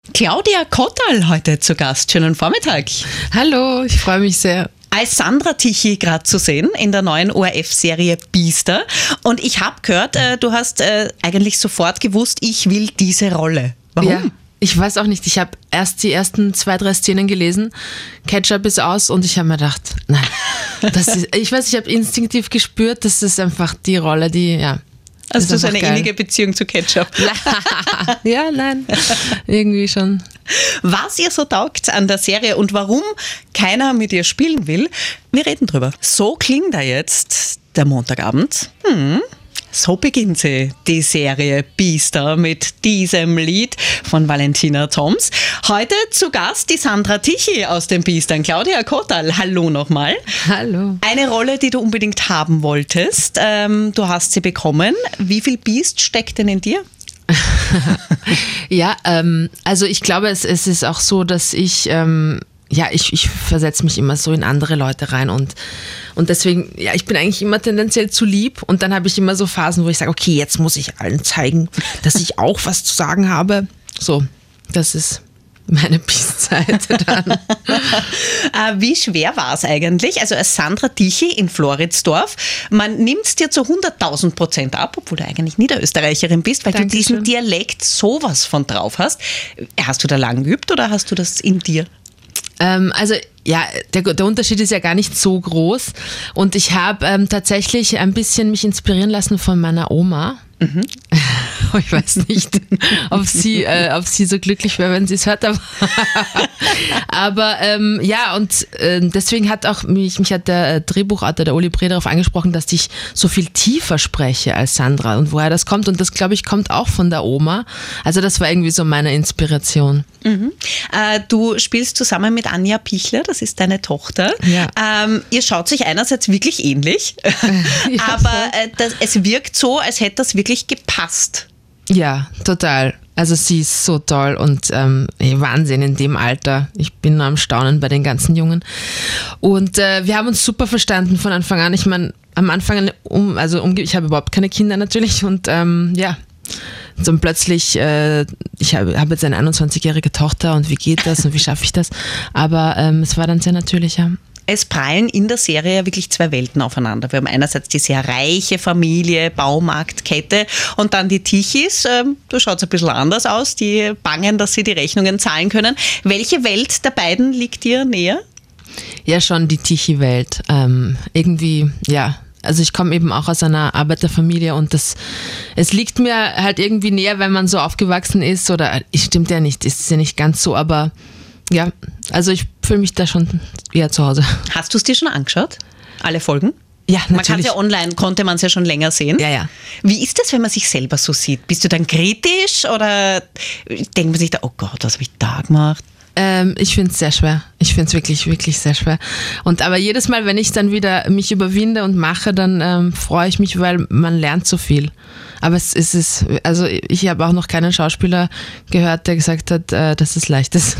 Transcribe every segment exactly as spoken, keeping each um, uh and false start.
Claudia Kottal heute zu Gast. Schönen Vormittag. Hallo, ich freue mich sehr. Als Sandra Tichy gerade zu sehen in der neuen O R F-Serie Biester. Und ich habe gehört, äh, du hast äh, eigentlich sofort gewusst, ich will diese Rolle. Warum? Ja, ich weiß auch nicht. Ich habe erst die ersten zwei, drei Szenen gelesen. Ketchup ist aus und ich habe mir gedacht, nein. Das ist, ich weiß, ich habe instinktiv gespürt, das ist einfach die Rolle, die, ja. Hast du so eine geil. innige Beziehung zu Ketchup? Ja, nein, irgendwie schon. Was ihr so taugt an der Serie und warum keiner mit ihr spielen will, wir reden drüber. So klingt da jetzt der Montagabend. Hm. So beginnt sie, die Serie Biester, mit diesem Lied von Valentina Thoms. Heute zu Gast die Sandra Tichy aus den Biestern. Claudia Kottal, hallo nochmal. Hallo. Eine Rolle, die du unbedingt haben wolltest. Ähm, du hast sie bekommen. Wie viel Biest steckt denn in dir? Ja, ähm, also ich glaube, es, es ist auch so, dass ich... Ähm, Ja, ich, ich versetze mich immer so in andere Leute rein und, und deswegen, ja, ich bin eigentlich immer tendenziell zu lieb und dann habe ich immer so Phasen, wo ich sage, okay, jetzt muss ich allen zeigen, dass ich auch was zu sagen habe. So, das ist meine Peace-Seite dann. Wie schwer war es eigentlich? Also als Sandra Tichy in Floridsdorf, man nimmt es dir zu hunderttausend Prozent ab, obwohl du eigentlich Niederösterreicherin bist, weil Dankeschön. du diesen Dialekt sowas von drauf hast. Hast du da lang geübt oder hast du das in dir? Also ja, der, der Unterschied ist ja gar nicht so groß und ich habe ähm, tatsächlich ein bisschen mich inspirieren lassen von meiner Oma. Mhm. Ich weiß nicht, ob sie, äh, ob sie so glücklich wäre, wenn sie es hört, aber, aber ähm, ja, und äh, deswegen hat auch mich, mich hat der Drehbuchautor, der Oli Bre, darauf angesprochen, dass ich so viel tiefer spreche als Sandra und woher das kommt und das, glaube ich, kommt auch von der Oma. Also das war irgendwie so meine Inspiration. Mhm. Äh, du spielst zusammen mit Anja Pichler, das ist deine Tochter. Ja. Ähm, ihr schaut sich einerseits wirklich ähnlich, ja, aber äh, das, es wirkt so, als hätte das wirklich gepasst. Ja, total. Also sie ist so toll und ähm, Wahnsinn in dem Alter. Ich bin nur am Staunen bei den ganzen Jungen. Und äh, wir haben uns super verstanden von Anfang an. Ich meine, am Anfang, um, also um, ich habe überhaupt keine Kinder natürlich und ähm, ja, so plötzlich, äh, ich habe hab jetzt eine einundzwanzigjährige Tochter und wie geht das und wie schaffe ich das? Aber ähm, es war dann sehr natürlich, ja. Es prallen in der Serie ja wirklich zwei Welten aufeinander. Wir haben einerseits die sehr reiche Familie, Baumarktkette und dann die Tichys. Ähm, da schaut es ein bisschen anders aus. Die bangen, dass sie die Rechnungen zahlen können. Welche Welt der beiden liegt dir näher? Ja, schon die Tichy-Welt. Ähm, irgendwie, ja. Also ich komme eben auch aus einer Arbeiterfamilie und das, es liegt mir halt irgendwie näher, wenn man so aufgewachsen ist. Oder, stimmt ja nicht, ist ja nicht ganz so, aber ja, also ich fühle mich da schon eher zu Hause. Hast du es dir schon angeschaut? Alle Folgen? Ja, natürlich. Man kann es ja online, konnte man es ja schon länger sehen. Ja, ja. Wie ist das, wenn man sich selber so sieht? Bist du dann kritisch oder denkt man sich da, oh Gott, was habe ich da gemacht? Ähm, ich finde es sehr schwer. Ich finde es wirklich, wirklich sehr schwer. Und aber jedes Mal, wenn ich dann wieder mich überwinde und mache, dann ähm, freue ich mich, weil man lernt so viel. Aber es, es ist, also ich habe auch noch keinen Schauspieler gehört, der gesagt hat, äh, dass es leicht ist.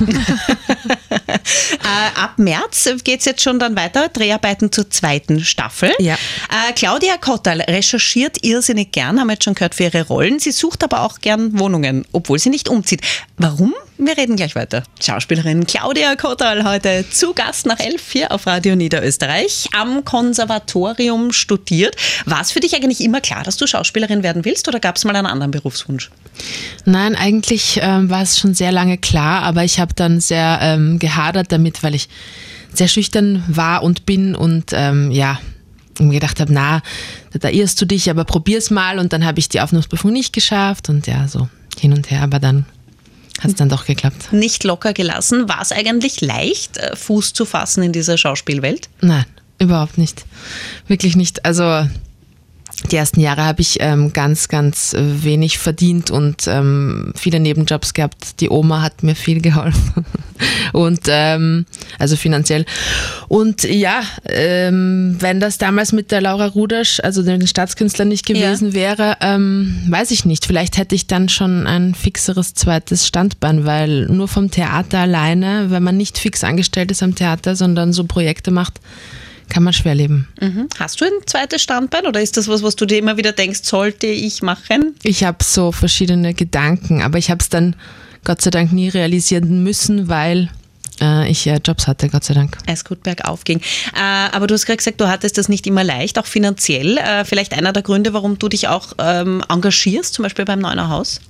äh, ab März geht es jetzt schon dann weiter, Dreharbeiten zur zweiten Staffel. Ja. Äh, Claudia Kottal recherchiert irrsinnig gern, haben wir jetzt schon gehört, für ihre Rollen. Sie sucht aber auch gern Wohnungen, obwohl sie nicht umzieht. Warum? Wir reden gleich weiter. Schauspielerin Claudia Kottal heute zu Gast nach elf hier auf Radio Niederösterreich. Am Konservatorium studiert. War es für dich eigentlich immer klar, dass du Schauspielerin werden willst oder gab es mal einen anderen Berufswunsch? Nein, eigentlich ähm, war es schon sehr lange klar, aber ich habe dann sehr ähm, gehadert damit, weil ich sehr schüchtern war und bin und ähm, ja, und mir gedacht habe, na, da irrst du dich, aber probier's mal und dann habe ich die Aufnahmeprüfung nicht geschafft und ja, so hin und her, aber dann hat es dann doch geklappt. Nicht locker gelassen. War es eigentlich leicht, Fuß zu fassen in dieser Schauspielwelt? Nein, überhaupt nicht. Wirklich nicht. Also die ersten Jahre habe ich ähm, ganz, ganz wenig verdient und ähm, viele Nebenjobs gehabt. Die Oma hat mir viel geholfen. Und ähm, also finanziell. Und ja, ähm, wenn das damals mit der Laura Rudasch, also den Staatskünstler, nicht gewesen ja. wäre, ähm, weiß ich nicht. Vielleicht hätte ich dann schon ein fixeres zweites Standbein, weil nur vom Theater alleine, wenn man nicht fix angestellt ist am Theater, sondern so Projekte macht, kann man schwer leben. Mhm. Hast du ein zweites Standbein oder ist das was, was du dir immer wieder denkst, sollte ich machen? Ich habe so verschiedene Gedanken, aber ich habe es dann Gott sei Dank nie realisieren müssen, weil äh, ich äh, Jobs hatte, Gott sei Dank. Es gut bergauf ging. Äh, aber du hast gerade gesagt, du hattest das nicht immer leicht, auch finanziell. Äh, vielleicht einer der Gründe, warum du dich auch ähm, engagierst, zum Beispiel beim Neuner Haus?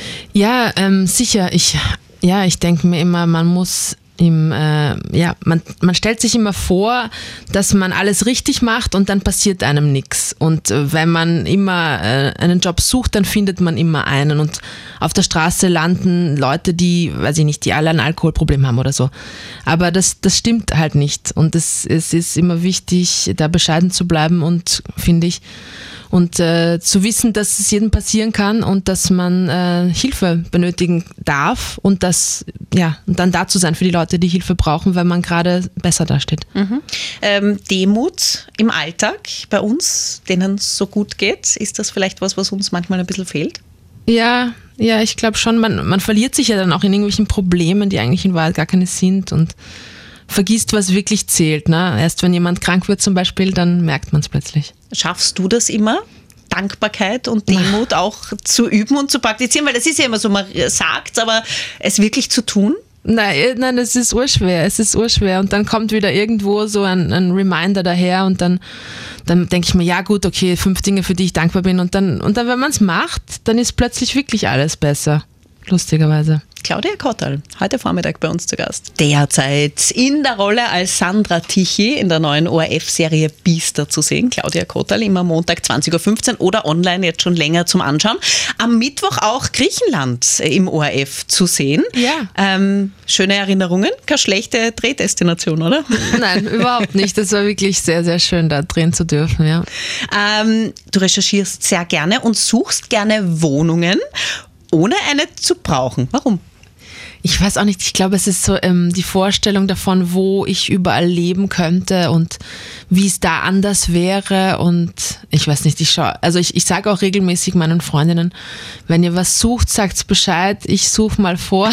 Ja, ähm, sicher. Ich, ja, ich denke mir immer, man muss Im, äh, ja, man, man stellt sich immer vor, dass man alles richtig macht und dann passiert einem nichts. Und äh, wenn man immer äh, einen Job sucht, dann findet man immer einen. Und auf der Straße landen Leute, die, weiß ich nicht, die alle ein Alkoholproblem haben oder so. Aber das, das stimmt halt nicht. Und es, es ist immer wichtig, da bescheiden zu bleiben und, finde ich, und äh, zu wissen, dass es jedem passieren kann und dass man äh, Hilfe benötigen darf und das, ja, und dann da zu sein für die Leute, die Hilfe brauchen, weil man gerade besser dasteht. Mhm. Ähm, Demut im Alltag bei uns, denen es so gut geht, ist das vielleicht was, was uns manchmal ein bisschen fehlt? Ja, ja, ich glaube schon, man, man verliert sich ja dann auch in irgendwelchen Problemen, die eigentlich in Wahrheit gar keine sind und vergisst, was wirklich zählt. Ne? Erst wenn jemand krank wird zum Beispiel, dann merkt man es plötzlich. Schaffst du das immer? Dankbarkeit und Demut auch zu üben und zu praktizieren? Weil das ist ja immer so, man sagt, aber es wirklich zu tun? Nein, nein, es ist urschwer, es ist urschwer und dann kommt wieder irgendwo so ein, ein Reminder daher und dann, dann denke ich mir, ja gut, okay, fünf Dinge, für die ich dankbar bin und dann, und dann wenn man es macht, dann ist plötzlich wirklich alles besser, lustigerweise. Claudia Kottal, heute Vormittag bei uns zu Gast. Derzeit in der Rolle als Sandra Tichy in der neuen O R F-Serie Biester zu sehen. Claudia Kottal immer Montag zwanzig Uhr fünfzehn oder online jetzt schon länger zum Anschauen. Am Mittwoch auch Griechenland im O R F zu sehen. Ja. Ähm, schöne Erinnerungen, keine schlechte Drehdestination, oder? Nein, überhaupt nicht. Das war wirklich sehr, sehr schön, da drehen zu dürfen. Ja. Ähm, du recherchierst sehr gerne und suchst gerne Wohnungen, ohne eine zu brauchen. Warum? Ich weiß auch nicht, ich glaube, es ist so ähm, die Vorstellung davon, wo ich überall leben könnte und wie es da anders wäre und ich weiß nicht, ich schaue, also ich, ich sage auch regelmäßig meinen Freundinnen, wenn ihr was sucht, sagt's Bescheid, ich suche mal vor.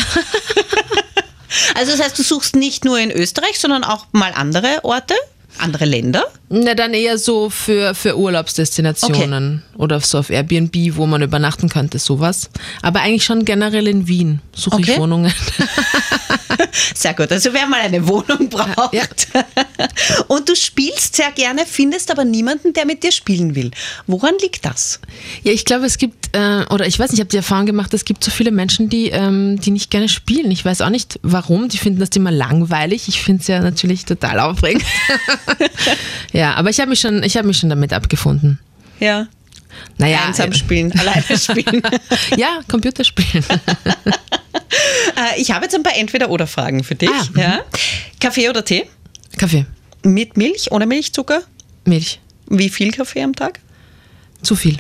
Also das heißt, du suchst nicht nur in Österreich, sondern auch mal andere Orte? Andere Länder? Na, dann eher so für, für Urlaubsdestinationen okay. oder so auf Airbnb, wo man übernachten könnte, sowas. Aber eigentlich schon generell in Wien suche okay. ich Wohnungen. Sehr gut, also wer mal eine Wohnung braucht. Ja. Und du spielst sehr gerne, findest aber niemanden, der mit dir spielen will. Woran liegt das? Ja, ich glaube, es gibt, äh, oder ich weiß nicht, ich habe die Erfahrung gemacht, es gibt so viele Menschen, die, ähm, die nicht gerne spielen. Ich weiß auch nicht, warum. Die finden das immer langweilig. Ich finde es ja natürlich total aufregend. Ja, aber ich habe mich schon, ich habe mich schon damit abgefunden. Ja. Naja, einsam spielen, alleine spielen. Ja, Computerspielen. Ich habe jetzt ein paar Entweder-oder-Fragen für dich. Ah, ja. Kaffee oder Tee? Kaffee. Mit Milch, ohne Milchzucker? Milch. Wie viel Kaffee am Tag? Zu viel.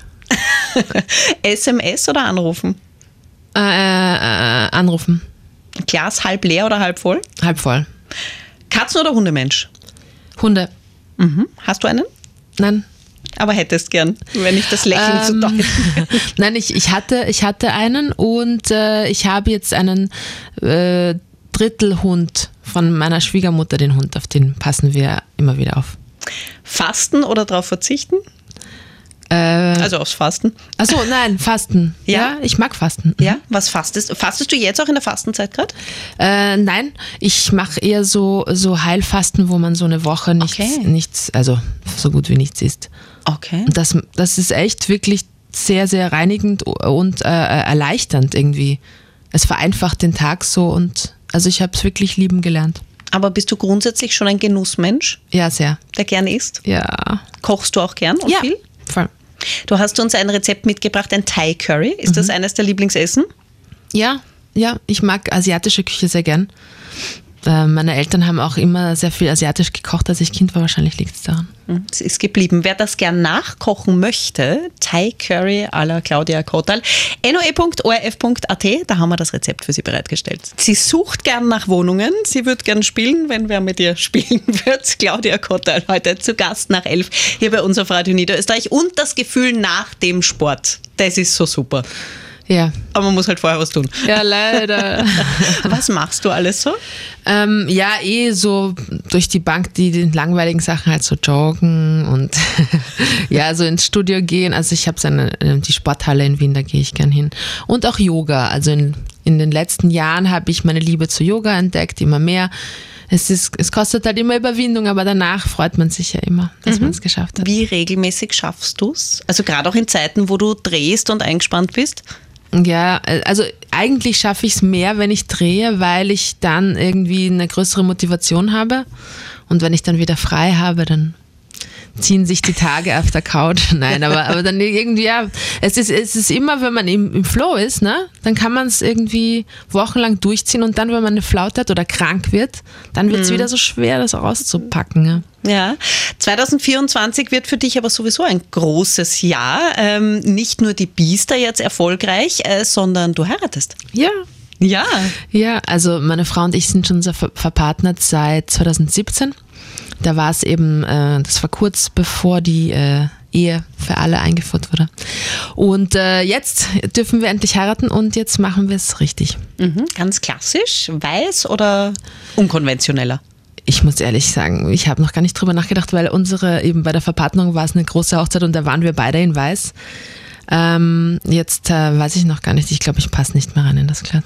S M S oder anrufen? Äh, äh, anrufen. Glas halb leer oder halb voll? Halb voll. Katzen- oder Hundemensch? Hunde. Mhm. Hast du einen? Nein. Aber hättest gern, wenn ich das Lächeln zu ähm, deuten. Nein, ich, ich, hatte, ich hatte einen und äh, ich habe jetzt einen äh, Drittelhund von meiner Schwiegermutter, den Hund, auf den passen wir immer wieder auf. Fasten oder darauf verzichten? Äh, also aufs Fasten. Achso, nein, Fasten. Ja? ja, ich mag Fasten. Ja, was fastest? Fastest du jetzt auch in der Fastenzeit gerade? Äh, nein, ich mache eher so, so Heilfasten, wo man so eine Woche nichts, okay. nichts, also so gut wie nichts isst. Okay. Und das, das ist echt wirklich sehr, sehr reinigend und äh, erleichternd irgendwie. Es vereinfacht den Tag so und also ich habe es wirklich lieben gelernt. Aber bist du grundsätzlich schon ein Genussmensch? Ja, sehr. Der gern isst? Ja. Kochst du auch gern und ja, viel? Voll. Du hast uns ein Rezept mitgebracht, ein Thai Curry. Ist mhm. das eines der Lieblingsessen? Ja, ja, ich mag asiatische Küche sehr gern. Äh, meine Eltern haben auch immer sehr viel asiatisch gekocht, als ich Kind war. Wahrscheinlich liegt es daran. Es ist geblieben. Wer das gern nachkochen möchte, Thai Curry à la Claudia Kottal, n o e punkt o r f punkt a t, da haben wir das Rezept für Sie bereitgestellt. Sie sucht gern nach Wohnungen. Sie wird gern spielen, wenn wer mit ihr spielen wird. Claudia Kottal heute zu Gast nach elf hier bei uns auf Radio Niederösterreich. Und das Gefühl nach dem Sport. Das ist so super. Ja. Aber man muss halt vorher was tun. Ja, leider. Was machst du alles so? Ähm, ja, eh so durch die Bank, die, die langweiligen Sachen halt so joggen und ja, so ins Studio gehen. Also ich habe so eine, die Sporthalle in Wien, da gehe ich gern hin. Und auch Yoga. Also in, in den letzten Jahren habe ich meine Liebe zu Yoga entdeckt, immer mehr. Es, ist, es kostet halt immer Überwindung, aber danach freut man sich ja immer, dass mhm. man es geschafft hat. Wie regelmäßig schaffst du es? Also gerade auch in Zeiten, wo du drehst und eingespannt bist? Ja, also eigentlich schaffe ich es mehr, wenn ich drehe, weil ich dann irgendwie eine größere Motivation habe. Und wenn ich dann wieder frei habe, dann ziehen sich die Tage auf der Couch. Nein, aber, aber dann irgendwie, ja, es ist, es ist immer, wenn man im, im Flow ist, ne, dann kann man es irgendwie wochenlang durchziehen und dann, wenn man eine Flaute hat oder krank wird, dann wird es mhm. wieder so schwer, das rauszupacken. Ja. Ja, zwanzig vierundzwanzig wird für dich aber sowieso ein großes Jahr. Ähm, nicht nur die Biester jetzt erfolgreich, äh, sondern du heiratest. Ja. Ja. Ja, also meine Frau und ich sind schon so ver- verpartnert seit zwanzig siebzehn. Da war es eben, äh, das war kurz bevor die äh, Ehe für alle eingeführt wurde. Und äh, jetzt dürfen wir endlich heiraten und jetzt machen wir es richtig. Mhm, ganz klassisch, weiß oder unkonventioneller? Ich muss ehrlich sagen, ich habe noch gar nicht drüber nachgedacht, weil unsere, eben bei der Verpartnerung war es eine große Hochzeit und da waren wir beide in weiß. Ähm, jetzt äh, weiß ich noch gar nicht, ich glaube, ich passe nicht mehr rein in das Kleid.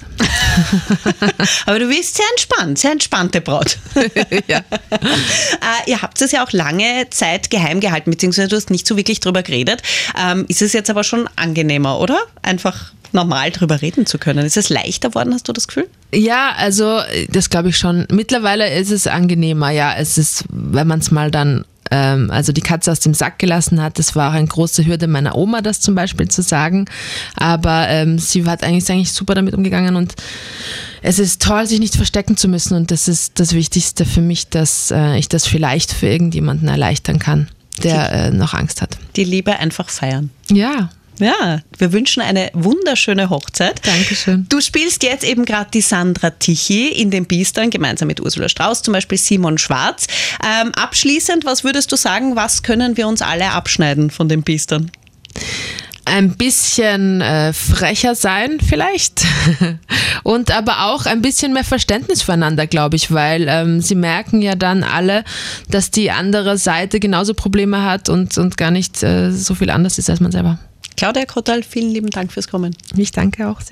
Aber du bist sehr entspannt, sehr entspannte Braut. Ja. äh, ihr habt es ja auch lange Zeit geheim gehalten, beziehungsweise du hast nicht so wirklich drüber geredet. Ähm, ist es jetzt aber schon angenehmer, oder? Einfach normal drüber reden zu können. Ist es leichter geworden, hast du das Gefühl? Ja, also das glaube ich schon. Mittlerweile ist es angenehmer, ja. Es ist, wenn man es mal dann ähm, also die Katze aus dem Sack gelassen hat, das war auch eine große Hürde meiner Oma, das zum Beispiel zu sagen. Aber ähm, sie hat eigentlich, ist eigentlich super damit umgegangen und es ist toll, sich nicht verstecken zu müssen und das ist das Wichtigste für mich, dass äh, ich das vielleicht für irgendjemanden erleichtern kann, der äh, noch Angst hat. Die Liebe einfach feiern. Ja. Ja, wir wünschen eine wunderschöne Hochzeit. Dankeschön. Du spielst jetzt eben gerade die Sandra Tichy in den Biestern, gemeinsam mit Ursula Strauß, zum Beispiel Simon Schwarz. Ähm, abschließend, was würdest du sagen, was können wir uns alle abschneiden von den Biestern? Ein bisschen äh, frecher sein vielleicht und aber auch ein bisschen mehr Verständnis füreinander, glaube ich, weil ähm, sie merken ja dann alle, dass die andere Seite genauso Probleme hat und, und gar nicht äh, so viel anders ist als man selber. Claudia Kottal, vielen lieben Dank fürs Kommen. Ich danke auch sehr.